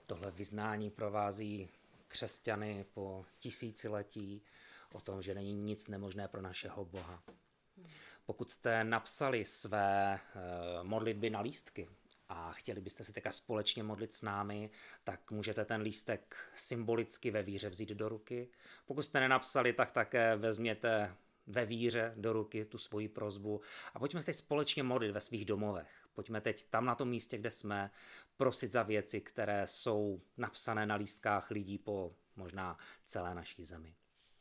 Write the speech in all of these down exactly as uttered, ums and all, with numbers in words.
Tohle vyznání provází křesťany po tisíciletí o tom, že není nic nemožné pro našeho Boha. Pokud jste napsali své modlitby na lístky a chtěli byste se teďka společně modlit s námi, tak můžete ten lístek symbolicky ve víře vzít do ruky. Pokud jste nenapsali, tak také vezměte ve víře do ruky tu svoji prosbu a pojďme se teď společně modlit ve svých domovech. Pojďme teď tam na tom místě, kde jsme, prosit za věci, které jsou napsané na lístkách lidí po možná celé naší zemi.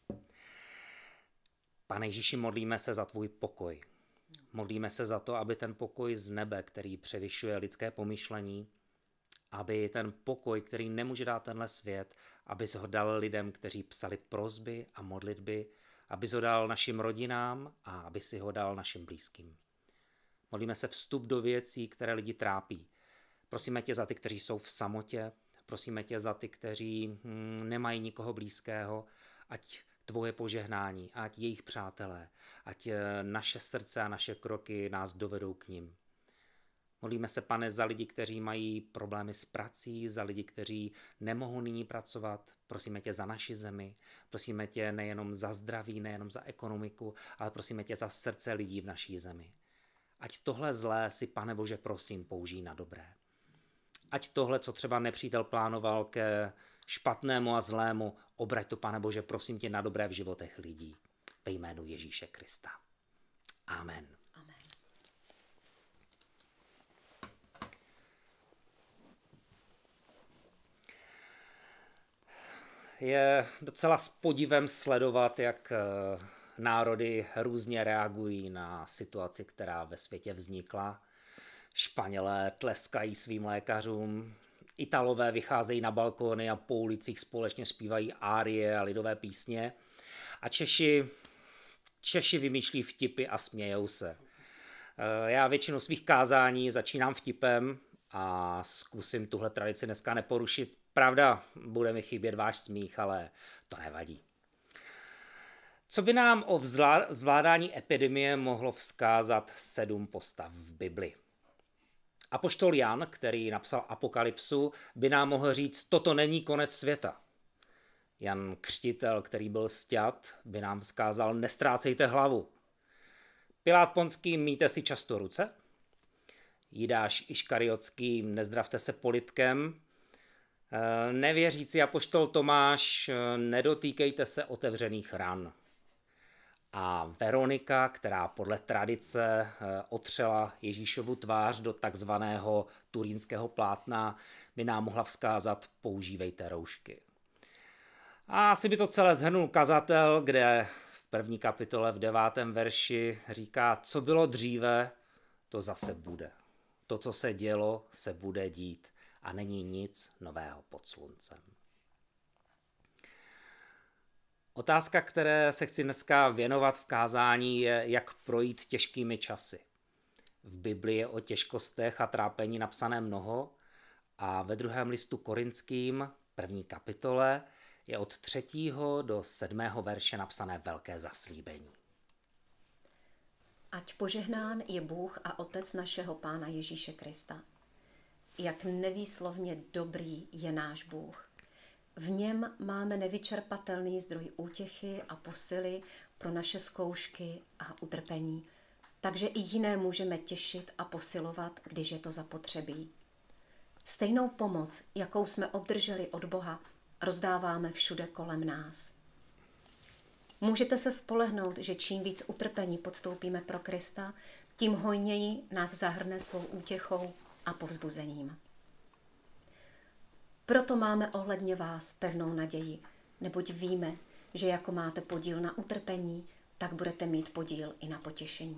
Pane Ježíši, modlíme se za tvůj pokoj. Modlíme se za to, aby ten pokoj z nebe, který převyšuje lidské pomyšlení, aby ten pokoj, který nemůže dát tenhle svět, aby ho dal lidem, kteří psali prosby a modlitby, aby ho dal našim rodinám a aby si ho dal našim blízkým. Modlíme se vstup do věcí, které lidi trápí. Prosíme tě za ty, kteří jsou v samotě, prosíme tě za ty, kteří hm, nemají nikoho blízkého, ať tvoje požehnání, ať jejich přátelé, ať naše srdce a naše kroky nás dovedou k nim. Modlíme se, Pane, za lidi, kteří mají problémy s prací, za lidi, kteří nemohou nyní pracovat. Prosíme tě za naši zemi, prosíme tě nejenom za zdraví, nejenom za ekonomiku, ale prosíme tě za srdce lidí v naší zemi. Ať tohle zlé si, Pane Bože, prosím, použij na dobré. Ať tohle, co třeba nepřítel plánoval ke špatnému a zlému, obrať to, Pane Bože, prosím tě, na dobré v životech lidí. Ve jménu Ježíše Krista. Amen. Amen. Je docela s podivem sledovat, jak národy různě reagují na situaci, která ve světě vznikla. Španělé tleskají svým lékařům, Italové vycházejí na balkóny a po ulicích společně zpívají árie a lidové písně a Češi, Češi vymýšlí vtipy a smějou se. Já většinu svých kázání začínám vtipem a zkusím tuhle tradici dneska neporušit. Pravda, bude mi chybět váš smích, ale to nevadí. Co by nám o zvládání epidemie mohlo vzkázat sedm postav v Bibli? Apoštol Jan, který napsal Apokalypsu, by nám mohl říct, toto není konec světa. Jan Křtitel, který byl sťat, by nám vzkázal, nestrácejte hlavu. Pilát Ponský, mýjte si často ruce. Jidáš Iškariotský, nezdravte se polibkem. Nevěřící apoštol Tomáš, nedotýkejte se otevřených ran. A Veronika, která podle tradice otřela Ježíšovu tvář do takzvaného turínského plátna, by nám mohla vzkázat, používejte roušky. A asi by to celé shrnul kazatel, kde v první kapitole v devátém verši říká, co bylo dříve, to zase bude. To, co se dělo, se bude dít a není nic nového pod sluncem. Otázka, které se chci dneska věnovat v kázání, je, jak projít těžkými časy. V Bibli je o těžkostech a trápení napsané mnoho a ve druhém listu Korinským, první kapitole, je od třetího do sedmého verše napsané velké zaslíbení. Ať požehnán je Bůh a Otec našeho Pána Ježíše Krista. Jak nevýslovně dobrý je náš Bůh. V něm máme nevyčerpatelný zdroj útěchy a posily pro naše zkoušky a utrpení, takže i jiné můžeme těšit a posilovat, když je to zapotřebí. Stejnou pomoc, jakou jsme obdrželi od Boha, rozdáváme všude kolem nás. Můžete se spolehnout, že čím víc utrpení podstoupíme pro Krista, tím hojněji nás zahrne svou útěchou a povzbuzením. Proto máme ohledně vás pevnou naději, neboť víme, že jako máte podíl na utrpení, tak budete mít podíl i na potěšení.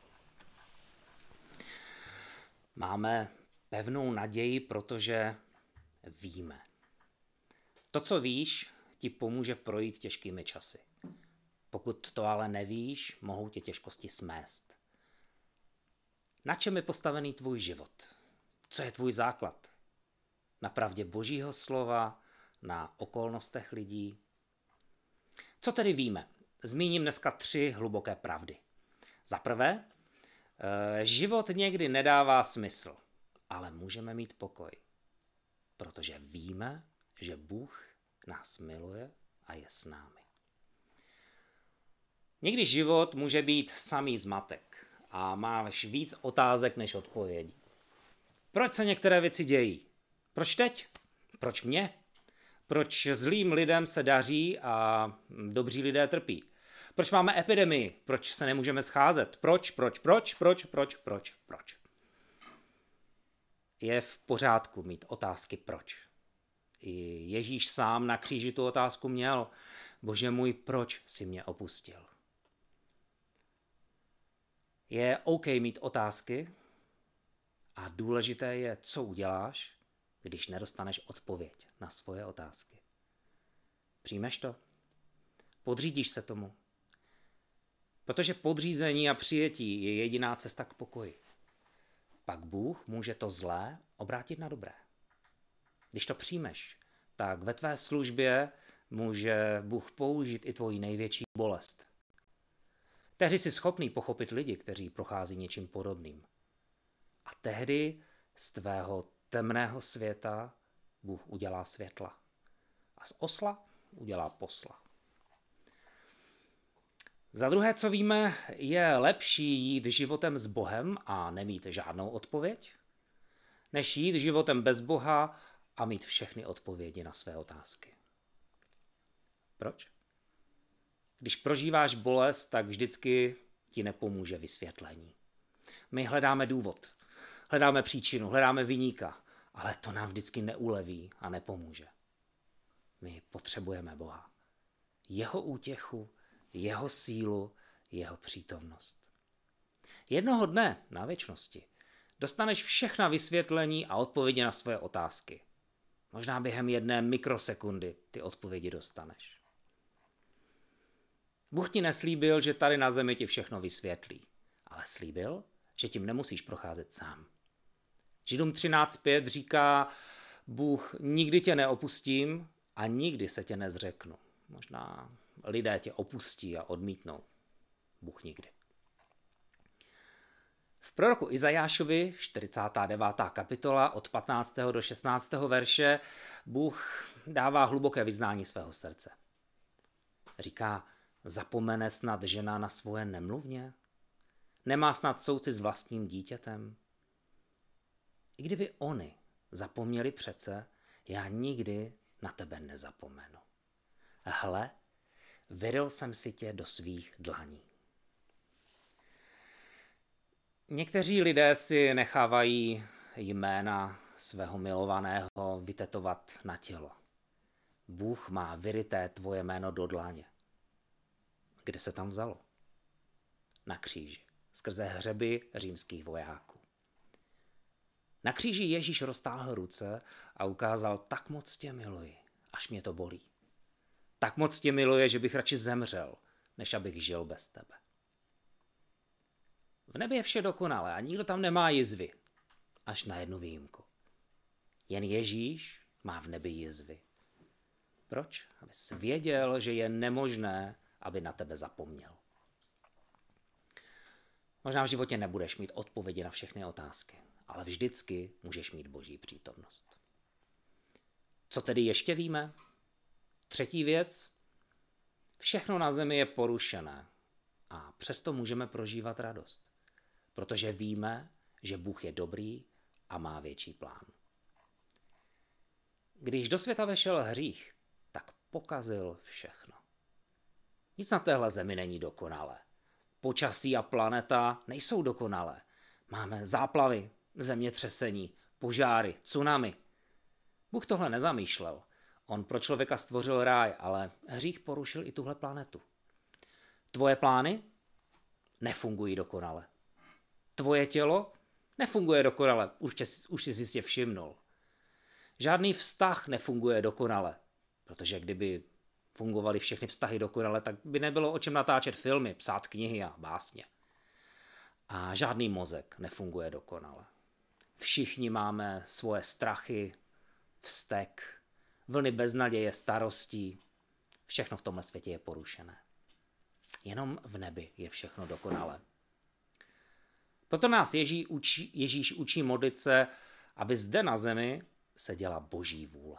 Máme pevnou naději, protože víme. To, co víš, ti pomůže projít těžkými časy. Pokud to ale nevíš, mohou tě těžkosti smést. Na čem je postavený tvůj život? Co je tvůj základ? Na pravdě Božího slova, na okolnostech lidí? Co tedy víme? Zmíním dneska tři hluboké pravdy. Za prvé, život někdy nedává smysl, ale můžeme mít pokoj. protože víme, že Bůh nás miluje a je s námi. Někdy život může být samý zmatek a máš víc otázek než odpovědí. Proč se některé věci dějí? Proč teď? Proč mě? Proč zlým lidem se daří a dobří lidé trpí? Proč máme epidemii? Proč se nemůžeme scházet? Proč, proč, proč, proč, proč, proč, proč? Je v pořádku mít otázky proč. I Ježíš sám na kříži tu otázku měl. Bože můj, proč jsi mě opustil? Je OK mít otázky a důležité je, co uděláš, když nedostaneš odpověď na svoje otázky. Přijmeš to? Podřídíš se tomu? Protože podřízení a přijetí je jediná cesta k pokoji. Pak Bůh může to zlé obrátit na dobré. Když to přijmeš, tak ve tvé službě může Bůh použít i tvoji největší bolest. Tehdy jsi schopný pochopit lidi, kteří prochází něčím podobným. A tehdy z tvého temného světa Bůh udělá světla. A z osla udělá posla. Za druhé, co víme, je lepší jít životem s Bohem a nemít žádnou odpověď, než jít životem bez Boha a mít všechny odpovědi na své otázky. Proč? Když prožíváš bolest, tak vždycky ti nepomůže vysvětlení. My hledáme důvod, hledáme příčinu, hledáme viníka, ale to nám vždycky neuleví a nepomůže. My potřebujeme Boha. Jeho útěchu, jeho sílu, jeho přítomnost. Jednoho dne na věčnosti dostaneš všechna vysvětlení a odpovědi na svoje otázky. Možná během jedné mikrosekundy ty odpovědi dostaneš. Bůh ti neslíbil, že tady na zemi ti všechno vysvětlí, ale slíbil, že tím nemusíš procházet sám. Židům třináct pět říká, Bůh, nikdy tě neopustím a nikdy se tě nezřeknu. Možná lidé tě opustí a odmítnou. Bůh nikdy. V proroku Izajášovi, čtyřicátá devátá kapitola, od patnáctého do šestnáctého verše, Bůh dává hluboké vyznání svého srdce. Říká, zapomene snad žena na svoje nemluvně? Nemá snad soucit s vlastním dítětem? I kdyby oni zapomněli přece, já nikdy na tebe nezapomenu. Hle, vyryl jsem si tě do svých dlaní. Někteří lidé si nechávají jména svého milovaného vytetovat na tělo. Bůh má vyryté tvoje jméno do dlaně. Kde se tam vzalo? Na kříži, skrze hřeby římských vojáků. Na kříži Ježíš roztáhl ruce a ukázal, tak moc tě miluji, až mě to bolí. Tak moc tě miluje, že bych radši zemřel, než abych žil bez tebe. V nebi je vše dokonalé a nikdo tam nemá jizvy, až na jednu výjimku. Jen Ježíš má v nebi jizvy. Proč? Abys věděl, že je nemožné, aby na tebe zapomněl. Možná v životě nebudeš mít odpovědi na všechny otázky, ale vždycky můžeš mít Boží přítomnost. Co tedy ještě víme? Třetí věc. Všechno na zemi je porušené a přesto můžeme prožívat radost, protože víme, že Bůh je dobrý a má větší plán. Když do světa vešel hřích, tak pokazil všechno. Nic na téhle zemi není dokonalé. Počasí a planeta nejsou dokonalé. Máme záplavy, zemětřesení, požáry, tsunami. Bůh tohle nezamýšlel. On pro člověka stvořil ráj, ale hřích porušil i tuhle planetu. Tvoje plány nefungují dokonale. Tvoje tělo nefunguje dokonale, už, tě, už jsi jistě všimnul. Žádný vztah nefunguje dokonale, protože kdyby fungovaly všechny vztahy dokonale, tak by nebylo o čem natáčet filmy, psát knihy a básně. A žádný mozek nefunguje dokonale. Všichni máme svoje strachy, vztek, vlny beznaděje, starostí. Všechno v tomhle světě je porušené. Jenom v nebi je všechno dokonalé. Proto nás Ježíš učí, Ježíš učí modlit se, aby zde na zemi se děla Boží vůle.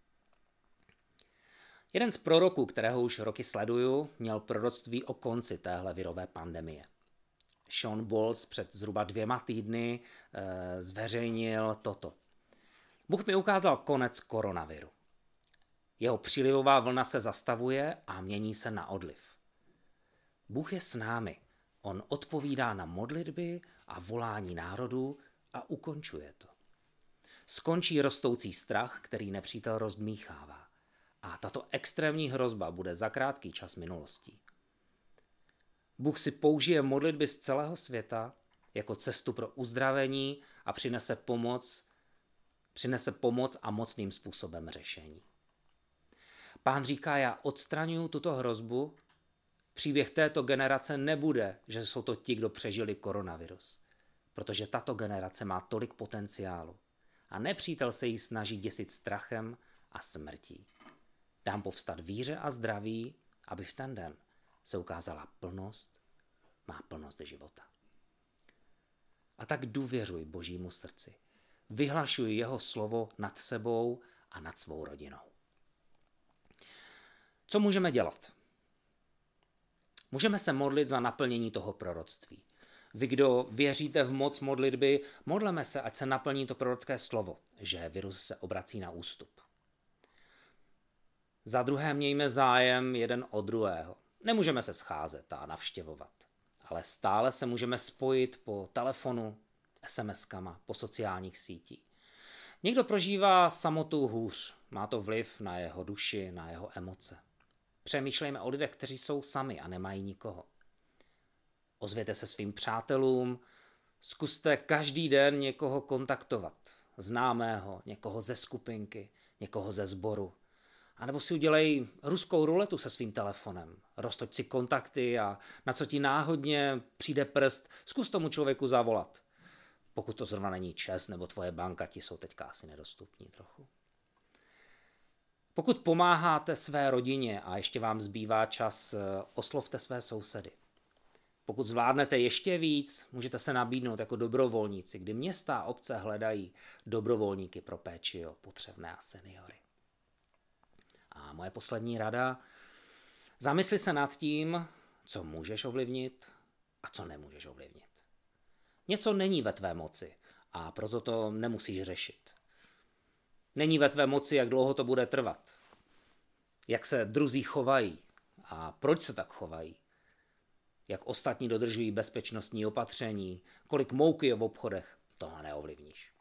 Jeden z proroků, kterého už roky sleduju, měl proroctví o konci téhle virové pandemie. Shawn Bolz před zhruba dvěma týdny e, zveřejnil toto. Bůh mi ukázal konec koronaviru. Jeho přílivová vlna se zastavuje a mění se na odliv. Bůh je s námi. On odpovídá na modlitby a volání národů a ukončuje to. Skončí rostoucí strach, který nepřítel rozdmíchává. A tato extrémní hrozba bude za krátký čas minulostí. Bůh si použije modlitby z celého světa jako cestu pro uzdravení a přinese pomoc, přinese pomoc a mocným způsobem řešení. Pán říká, já odstraňuji tuto hrozbu. Příběh této generace nebude, že jsou to ti, kdo přežili koronavirus, protože tato generace má tolik potenciálu a nepřítel se jí snaží děsit strachem a smrtí. Dám povstat víře a zdraví, aby v ten den se ukázala plnost, má plnost života. A tak důvěřuj Božímu srdci. Vyhlašuj jeho slovo nad sebou a nad svou rodinou. Co můžeme dělat? Můžeme se modlit za naplnění toho proroctví. Vy, kdo věříte v moc modlitby, modleme se, ať se naplní to prorocké slovo, že virus se obrací na ústup. Za druhé mějme zájem jeden od druhého. Nemůžeme se scházet a navštěvovat, ale stále se můžeme spojit po telefonu, es em eskama, po sociálních sítích. Někdo prožívá samotu hůř, má to vliv na jeho duši, na jeho emoce. Přemýšlejme o lidech, kteří jsou sami a nemají nikoho. Ozvěte se svým přátelům, zkuste každý den někoho kontaktovat, známého, někoho ze skupinky, někoho ze sboru. A nebo si udělej ruskou ruletu se svým telefonem, roztoč si kontakty a na co ti náhodně přijde prst, zkus tomu člověku zavolat. Pokud to zrovna není ČEZ nebo tvoje banka, ti jsou teďka asi nedostupní trochu. Pokud pomáháte své rodině a ještě vám zbývá čas, oslovte své sousedy. Pokud zvládnete ještě víc, můžete se nabídnout jako dobrovolníci, kdy města a obce hledají dobrovolníky pro péči o potřebné a seniory. A moje poslední rada, zamysli se nad tím, co můžeš ovlivnit a co nemůžeš ovlivnit. Něco není ve tvé moci a proto to nemusíš řešit. Není ve tvé moci, jak dlouho to bude trvat, jak se druzí chovají a proč se tak chovají, jak ostatní dodržují bezpečnostní opatření, kolik mouky je v obchodech, toho neovlivníš.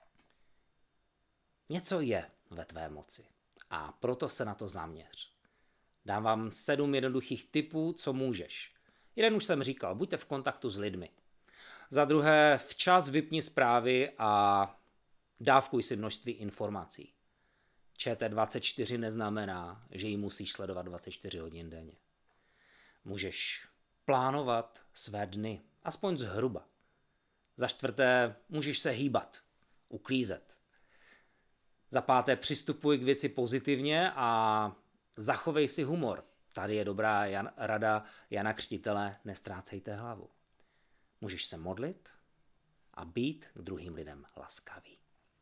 Něco je ve tvé moci a proto se na to zaměř. Dám vám sedm jednoduchých tipů, co můžeš. Jeden už jsem říkal, buďte v kontaktu s lidmi. Za druhé, včas vypni zprávy a dávkuj si množství informací. Č T dvacet čtyři neznamená, že ji musíš sledovat dvacet čtyři hodin denně. Můžeš plánovat své dny, aspoň zhruba. Za čtvrté, můžeš se hýbat, uklízet. Za páté, přistupuj k věci pozitivně a zachovej si humor. Tady je dobrá Jan, rada Jana Křtitele, nestrácejte hlavu. Můžeš se modlit a být k druhým lidem laskavý.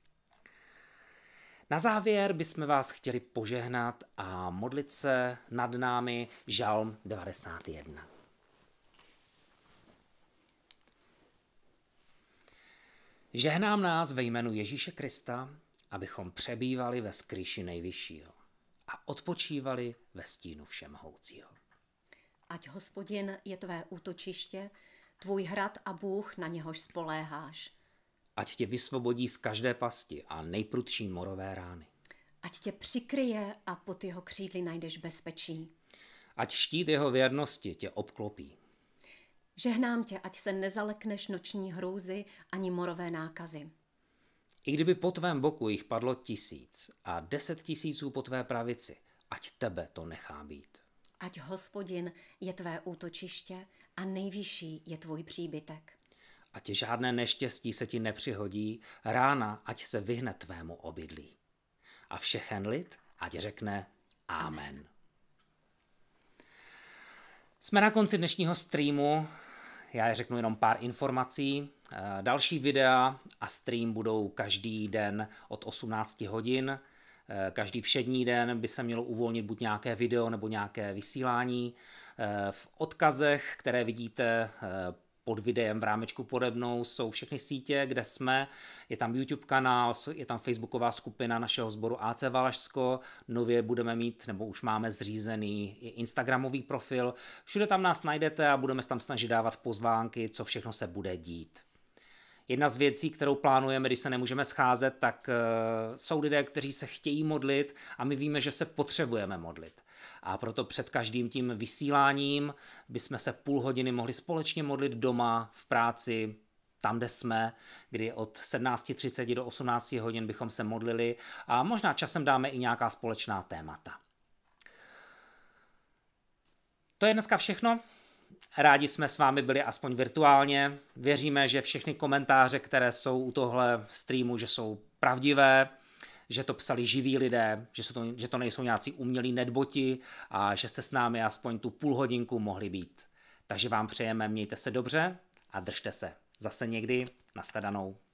Na závěr bychom vás chtěli požehnat a modlit se nad námi Žalm devadesát jedna. Žehnám nás ve jménu Ježíše Krista, abychom přebývali ve skryši Nejvyššího a odpočívali ve stínu Všemohoucího. Ať Hospodin je tvé útočiště, tvůj hrad a Bůh, na něhož spoléháš. Ať tě vysvobodí z každé pasti a nejprudší morové rány. Ať tě přikryje a pod jeho křídly najdeš bezpečí. Ať štít jeho věrnosti tě obklopí. Žehnám tě, ať se nezalekneš noční hrůzy ani morové nákazy. I kdyby po tvém boku jich padlo tisíc a deset tisíců po tvé pravici, ať tebe to nechá být. Ať Hospodin je tvé útočiště a nejvyšší je tvůj příbytek. Ať žádné neštěstí se ti nepřihodí, rána ať se vyhne tvému obydlí. A všechen lid ať řekne Amen. Amen. Jsme na konci dnešního streamu, já řeknu jenom pár informací. Další videa a stream budou každý den od osmnácti hodin. Každý všední den by se mělo uvolnit buď nějaké video nebo nějaké vysílání. V odkazech, které vidíte pod videem v rámečku pode mnou, jsou všechny sítě, kde jsme. Je tam YouTube kanál, je tam facebooková skupina našeho sboru A C Valašsko. Nově budeme mít, nebo už máme zřízený instagramový profil. Všude tam nás najdete a budeme se tam snažit dávat pozvánky, co všechno se bude dít. Jedna z věcí, kterou plánujeme, když se nemůžeme scházet, tak uh, jsou lidé, kteří se chtějí modlit a my víme, že se potřebujeme modlit. A proto před každým tím vysíláním bychom se půl hodiny mohli společně modlit doma, v práci, tam, kde jsme, kdy od sedmnáct třicet do osmnácti hodin bychom se modlili a možná časem dáme i nějaká společná témata. To je dneska všechno. Rádi jsme s vámi byli aspoň virtuálně. Věříme, že všechny komentáře, které jsou u tohle streamu, že jsou pravdivé, že to psali živí lidé, že, to, že to nejsou nějací umělí netboti a že jste s námi aspoň tu půl hodinku mohli být. Takže vám přejeme, mějte se dobře a držte se. Zase někdy, nashledanou.